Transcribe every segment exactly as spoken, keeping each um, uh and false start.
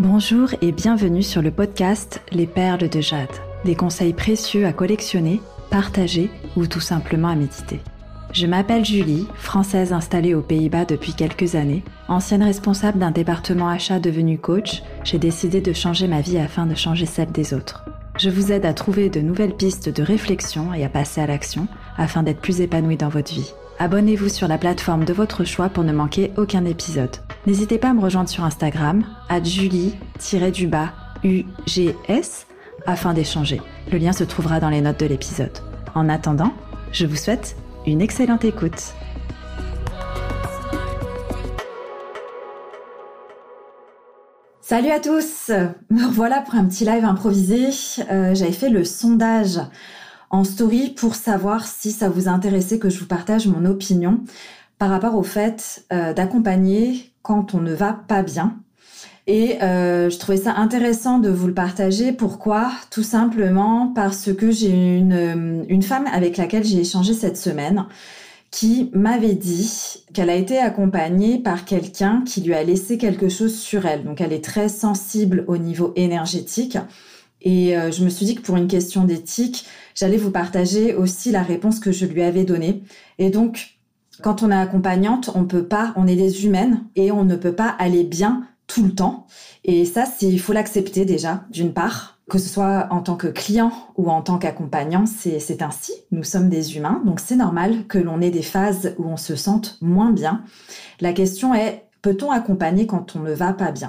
Bonjour et bienvenue sur le podcast Les Perles de Jade. Des conseils précieux à collectionner, partager ou tout simplement à méditer. Je m'appelle Julie, française installée aux Pays-Bas depuis quelques années. Ancienne responsable d'un département achat devenu coach, j'ai décidé de changer ma vie afin de changer celle des autres. Je vous aide à trouver de nouvelles pistes de réflexion et à passer à l'action afin d'être plus épanoui dans votre vie. Abonnez-vous sur la plateforme de votre choix pour ne manquer aucun épisode. N'hésitez pas à me rejoindre sur Instagram, arobase julie-du-bas U G S, afin d'échanger. Le lien se trouvera dans les notes de l'épisode. En attendant, je vous souhaite une excellente écoute. Salut à tous, me revoilà pour un petit live improvisé. Euh, j'avais fait le sondage en story pour savoir si ça vous intéressait que je vous partage mon opinion par rapport au fait euh, d'accompagner quand on ne va pas bien. Et euh, je trouvais ça intéressant de vous le partager. Pourquoi ? Tout simplement parce que j'ai une, une femme avec laquelle j'ai échangé cette semaine qui m'avait dit qu'elle a été accompagnée par quelqu'un qui lui a laissé quelque chose sur elle. Donc elle est très sensible au niveau énergétique. Et euh, je me suis dit que pour une question d'éthique, j'allais vous partager aussi la réponse que je lui avais donnée. Et donc, quand on est accompagnante, on peut pas, on est des humaines et on ne peut pas aller bien tout le temps. Et ça, c'est, il faut l'accepter déjà, d'une part, que ce soit en tant que client ou en tant qu'accompagnant, c'est, c'est ainsi. Nous sommes des humains, donc c'est normal que l'on ait des phases où on se sente moins bien. La question est, peut-on accompagner quand on ne va pas bien ?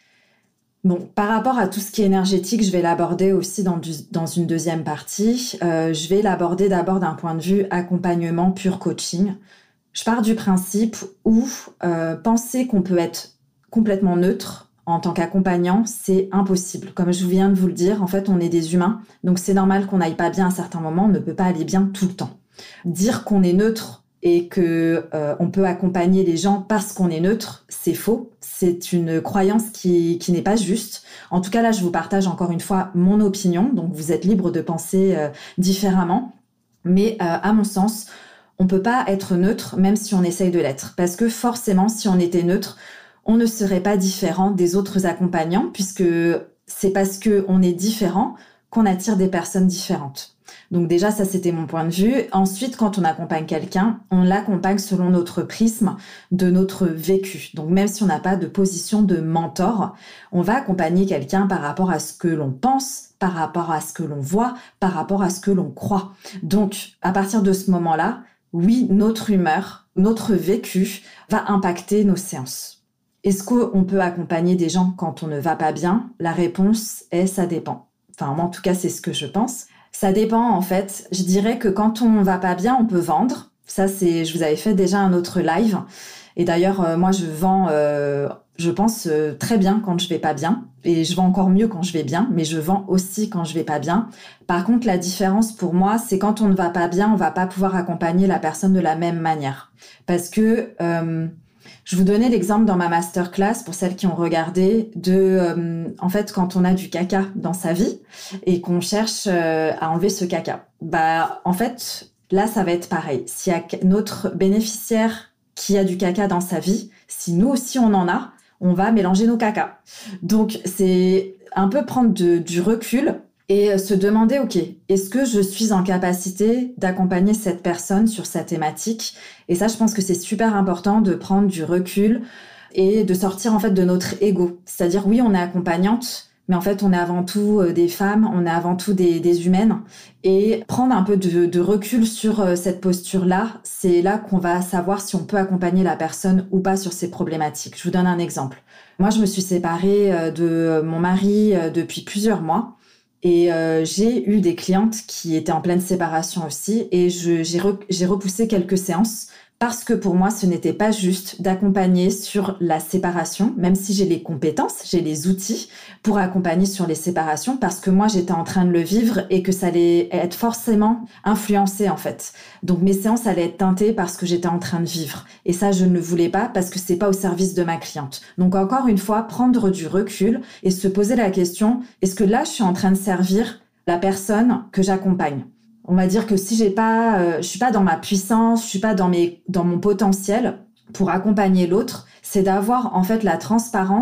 Bon, par rapport à tout ce qui est énergétique, je vais l'aborder aussi dans, du, dans une deuxième partie. Euh, je vais l'aborder d'abord d'un point de vue accompagnement pur coaching. Je pars du principe où euh, penser qu'on peut être complètement neutre en tant qu'accompagnant, c'est impossible. Comme je viens de vous le dire, en fait, on est des humains, donc c'est normal qu'on n'aille pas bien à certains moments, on ne peut pas aller bien tout le temps. Dire qu'on est neutre et que euh, on peut accompagner les gens parce qu'on est neutre, c'est faux. C'est une croyance qui, qui n'est pas juste. En tout cas, là, je vous partage encore une fois mon opinion, donc vous êtes libre de penser euh, différemment. Mais euh, à mon sens, on peut pas être neutre même si on essaye de l'être. Parce que forcément, si on était neutre, on ne serait pas différent des autres accompagnants, puisque c'est parce qu'on est différent qu'on attire des personnes différentes. Donc déjà, ça, c'était mon point de vue. Ensuite, quand on accompagne quelqu'un, on l'accompagne selon notre prisme de notre vécu. Donc même si on n'a pas de position de mentor, on va accompagner quelqu'un par rapport à ce que l'on pense, par rapport à ce que l'on voit, par rapport à ce que l'on croit. Donc, à partir de ce moment-là, oui, notre humeur, notre vécu va impacter nos séances. Est-ce qu'on peut accompagner des gens quand on ne va pas bien ? La réponse est ça dépend. Enfin, moi, en tout cas, c'est ce que je pense. Ça dépend, en fait. Je dirais que quand on va pas bien, on peut vendre. Ça, c'est, je vous avais fait déjà un autre live. Et d'ailleurs, euh, moi, je vends, euh, je pense, euh, très bien quand je vais pas bien. Et je vends encore mieux quand je vais bien, mais je vends aussi quand je vais pas bien. Par contre, la différence pour moi, c'est quand on ne va pas bien, on va pas pouvoir accompagner la personne de la même manière. Parce que, euh, je vous donnais l'exemple dans ma masterclass, pour celles qui ont regardé, de, euh, en fait, quand on a du caca dans sa vie et qu'on cherche euh, à enlever ce caca. Bah, en fait, là, ça va être pareil. S'il y a notre bénéficiaire qui a du caca dans sa vie, si nous aussi on en a, on va mélanger nos cacas. Donc, c'est un peu prendre de, du recul et se demander, ok, est-ce que je suis en capacité d'accompagner cette personne sur sa thématique ? Et ça, je pense que c'est super important de prendre du recul et de sortir en fait de notre ego. C'est-à-dire, oui, on est accompagnante, mais en fait, on est avant tout des femmes, on est avant tout des, des humaines. Et prendre un peu de, de recul sur cette posture-là, c'est là qu'on va savoir si on peut accompagner la personne ou pas sur ces problématiques. Je vous donne un exemple. Moi, je me suis séparée de mon mari depuis plusieurs mois. Et euh, j'ai eu des clientes qui étaient en pleine séparation aussi et je, j'ai, re, j'ai repoussé quelques séances parce que pour moi, ce n'était pas juste d'accompagner sur la séparation, même si j'ai les compétences, j'ai les outils pour accompagner sur les séparations, parce que moi, j'étais en train de le vivre et que ça allait être forcément influencé, en fait. Donc, mes séances allaient être teintées parce que j'étais en train de vivre. Et ça, je ne le voulais pas parce que c'est pas au service de ma cliente. Donc, encore une fois, prendre du recul et se poser la question, est-ce que là, je suis en train de servir la personne que j'accompagne ? On va dire que si j'ai pas, euh, je suis pas dans ma puissance, je suis pas dans mes, dans mon potentiel pour accompagner l'autre, c'est d'avoir en fait la transparence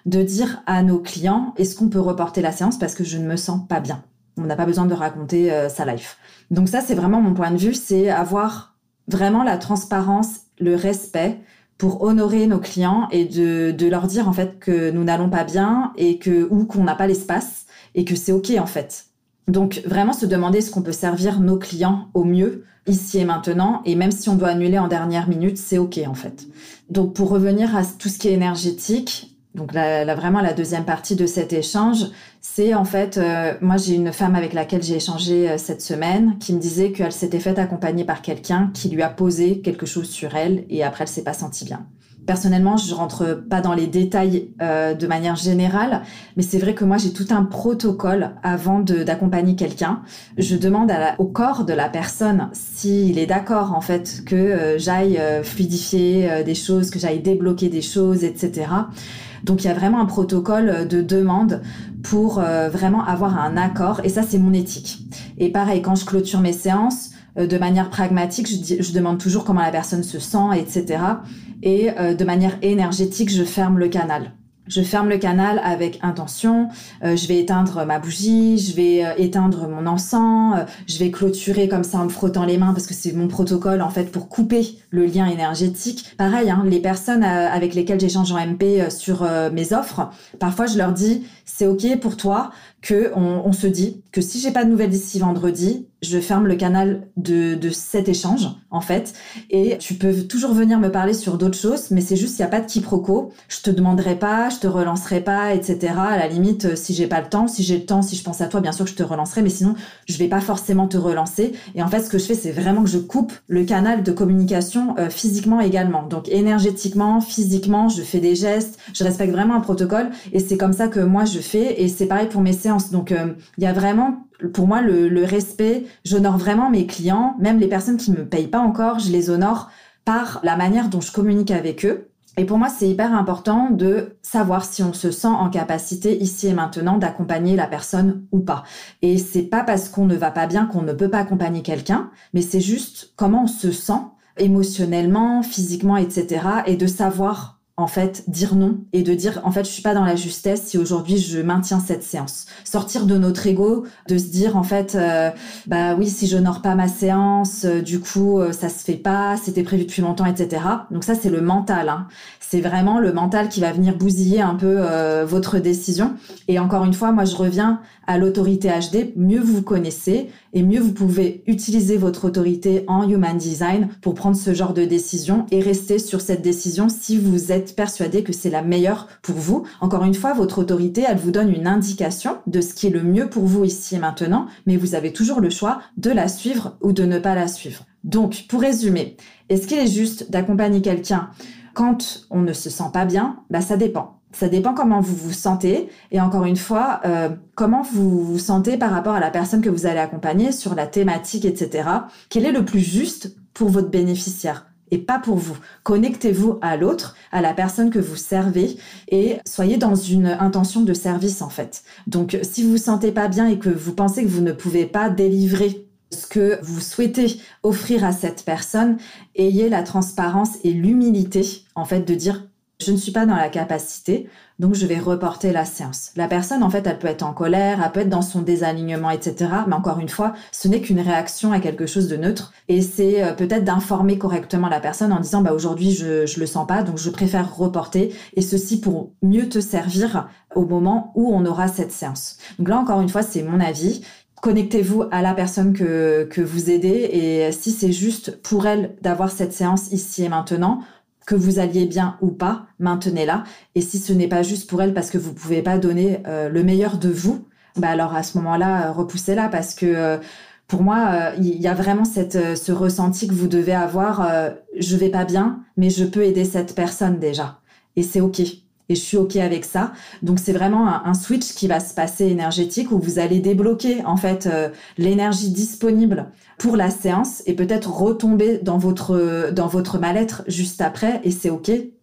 de dire à nos clients, est-ce qu'on peut reporter la séance parce que je ne me sens pas bien. On n'a pas besoin de raconter euh, sa life. Donc ça, c'est vraiment mon point de vue, c'est avoir vraiment la transparence, le respect pour honorer nos clients et de, de leur dire en fait que nous n'allons pas bien et que ou qu'on n'a pas l'espace et que c'est OK en fait. Donc vraiment se demander est-ce qu'on peut servir nos clients au mieux ici et maintenant, et même si on doit annuler en dernière minute, c'est OK en fait. Donc pour revenir à tout ce qui est énergétique, donc là, là vraiment la deuxième partie de cet échange, c'est en fait, euh, moi j'ai une femme avec laquelle j'ai échangé euh, cette semaine qui me disait qu'elle s'était faite accompagner par quelqu'un qui lui a posé quelque chose sur elle et après elle s'est pas sentie bien. Personnellement, je rentre pas dans les détails euh, de manière générale, mais c'est vrai que moi j'ai tout un protocole avant de, d'accompagner quelqu'un. Je demande à la, au corps de la personne s'il est d'accord en fait que euh, j'aille euh, fluidifier euh, des choses, que j'aille débloquer des choses, et cetera. Donc il y a vraiment un protocole de demande pour euh, vraiment avoir un accord, et ça c'est mon éthique. Et pareil, quand je clôture mes séances, euh, de manière pragmatique, je, dis, je demande toujours comment la personne se sent, et cetera. Et euh, de manière énergétique, je ferme le canal. Je ferme le canal avec intention, euh, je vais éteindre ma bougie, je vais euh, éteindre mon encens, euh, je vais clôturer comme ça en me frottant les mains parce que c'est mon protocole en fait pour couper le lien énergétique. Pareil, hein, les personnes euh, avec lesquelles j'échange en M P euh, sur euh, mes offres, parfois je leur dis c'est OK pour toi que on, on se dit que si j'ai pas de nouvelles d'ici vendredi, je ferme le canal de, de cet échange en fait, et tu peux toujours venir me parler sur d'autres choses, mais c'est juste il y a pas de quiproquo. Je te demanderai pas, je te relancerai pas, et cetera. À la limite, si j'ai pas le temps, si j'ai le temps, si je pense à toi, bien sûr que je te relancerai, mais sinon je vais pas forcément te relancer. Et en fait, ce que je fais, c'est vraiment que je coupe le canal de communication euh, physiquement également. Donc énergétiquement, physiquement, je fais des gestes, je respecte vraiment un protocole, et c'est comme ça que moi je fais, et c'est pareil pour mes séances. Donc euh, il y a vraiment pour moi, le, le respect, j'honore vraiment mes clients, même les personnes qui me payent pas encore, je les honore par la manière dont je communique avec eux. Et pour moi, c'est hyper important de savoir si on se sent en capacité ici et maintenant d'accompagner la personne ou pas. Et c'est pas parce qu'on ne va pas bien qu'on ne peut pas accompagner quelqu'un, mais c'est juste comment on se sent émotionnellement, physiquement, et cetera. Et de savoir en fait, dire non et de dire, en fait, je suis pas dans la justesse si aujourd'hui je maintiens cette séance. Sortir de notre ego, de se dire, en fait, euh, bah oui, si j'honore pas ma séance, euh, du coup, euh, ça se fait pas, c'était prévu depuis longtemps, et cetera. Donc ça, c'est le mental, hein. C'est vraiment le mental qui va venir bousiller un peu euh, votre décision. Et encore une fois, moi, je reviens à l'autorité H D. Mieux vous vous connaissez et mieux vous pouvez utiliser votre autorité en Human Design pour prendre ce genre de décision et rester sur cette décision si vous êtes persuadé que c'est la meilleure pour vous. Encore une fois, votre autorité, elle vous donne une indication de ce qui est le mieux pour vous ici et maintenant, mais vous avez toujours le choix de la suivre ou de ne pas la suivre. Donc, pour résumer, est-ce qu'il est juste d'accompagner quelqu'un quand on ne se sent pas bien? Bah, ça dépend. Ça dépend comment vous vous sentez et encore une fois, euh, comment vous vous sentez par rapport à la personne que vous allez accompagner sur la thématique, et cetera. Quel est le plus juste pour votre bénéficiaire et pas pour vous? Connectez-vous à l'autre, à la personne que vous servez et soyez dans une intention de service en fait. Donc, si vous vous sentez pas bien et que vous pensez que vous ne pouvez pas délivrer ce que vous souhaitez offrir à cette personne, ayez la transparence et l'humilité, en fait, de dire « je ne suis pas dans la capacité, donc je vais reporter la séance ». La personne, en fait, elle peut être en colère, elle peut être dans son désalignement, et cetera. Mais encore une fois, ce n'est qu'une réaction à quelque chose de neutre. Et c'est euh, peut-être d'informer correctement la personne en disant bah, « aujourd'hui, je je le sens pas, donc je préfère reporter ». Et ceci pour mieux te servir au moment où on aura cette séance. Donc là, encore une fois, c'est mon avis. Connectez-vous à la personne que, que vous aidez et si c'est juste pour elle d'avoir cette séance ici et maintenant, que vous alliez bien ou pas, maintenez-la. Et si ce n'est pas juste pour elle parce que vous pouvez pas donner euh, le meilleur de vous, bah alors à ce moment-là, euh, repoussez-la parce que euh, pour moi, il euh, y a vraiment cette, euh, ce ressenti que vous devez avoir. Euh, je vais pas bien, mais je peux aider cette personne déjà. Et c'est OK. Et je suis OK avec ça. Donc, c'est vraiment un, un switch qui va se passer énergétique où vous allez débloquer, en fait, euh, l'énergie disponible pour la séance et peut-être retomber dans votre, dans votre mal-être juste après. Et c'est OK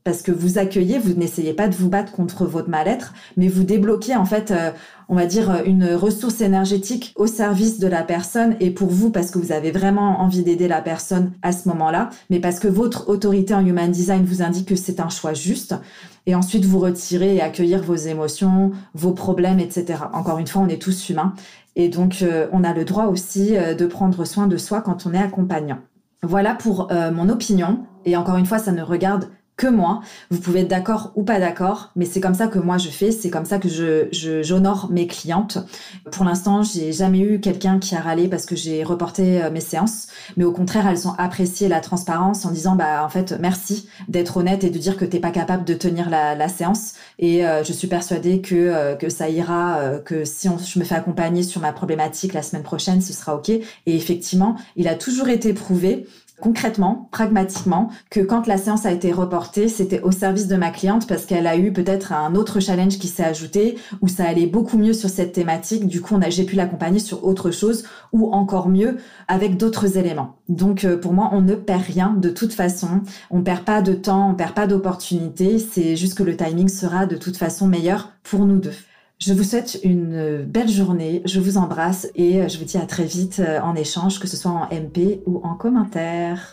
parce que vous accueillez, vous n'essayez pas de vous battre contre votre mal-être, mais vous débloquez en fait, euh, on va dire, une ressource énergétique au service de la personne et pour vous parce que vous avez vraiment envie d'aider la personne à ce moment-là, mais parce que votre autorité en Human Design vous indique que c'est un choix juste. Et ensuite, vous retirez et accueillir vos émotions, vos problèmes, et cetera. Encore une fois, on est tous humains. Et donc, euh, on a le droit aussi euh, de prendre soin de soi quand on est accompagnant. Voilà pour euh, mon opinion. Et encore une fois, ça ne regarde que moi. Vous pouvez être d'accord ou pas d'accord, mais c'est comme ça que moi je fais, c'est comme ça que je, je j'honore mes clientes. Pour l'instant, j'ai jamais eu quelqu'un qui a râlé parce que j'ai reporté mes séances, mais au contraire, elles ont apprécié la transparence en disant bah en fait merci d'être honnête et de dire que t'es pas capable de tenir la, la séance. Et euh, je suis persuadée que euh, que ça ira, euh, que si on, je me fais accompagner sur ma problématique la semaine prochaine, ce sera ok. Et effectivement, il a toujours été prouvé concrètement, pragmatiquement, que quand la séance a été reportée, c'était au service de ma cliente parce qu'elle a eu peut-être un autre challenge qui s'est ajouté où ça allait beaucoup mieux sur cette thématique. Du coup, on a, j'ai pu l'accompagner sur autre chose ou encore mieux avec d'autres éléments. Donc, pour moi, on ne perd rien de toute façon. On perd pas de temps, on perd pas d'opportunités. C'est juste que le timing sera de toute façon meilleur pour nous deux. Je vous souhaite une belle journée, je vous embrasse et je vous dis à très vite en échange, que ce soit en M P ou en commentaire.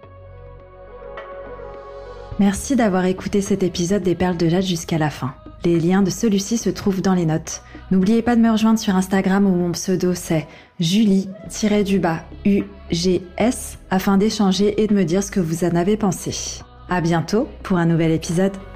Merci d'avoir écouté cet épisode des Perles de Jade jusqu'à la fin. Les liens de celui-ci se trouvent dans les notes. N'oubliez pas de me rejoindre sur Instagram où mon pseudo c'est Julie-U G S afin d'échanger et de me dire ce que vous en avez pensé. À bientôt pour un nouvel épisode.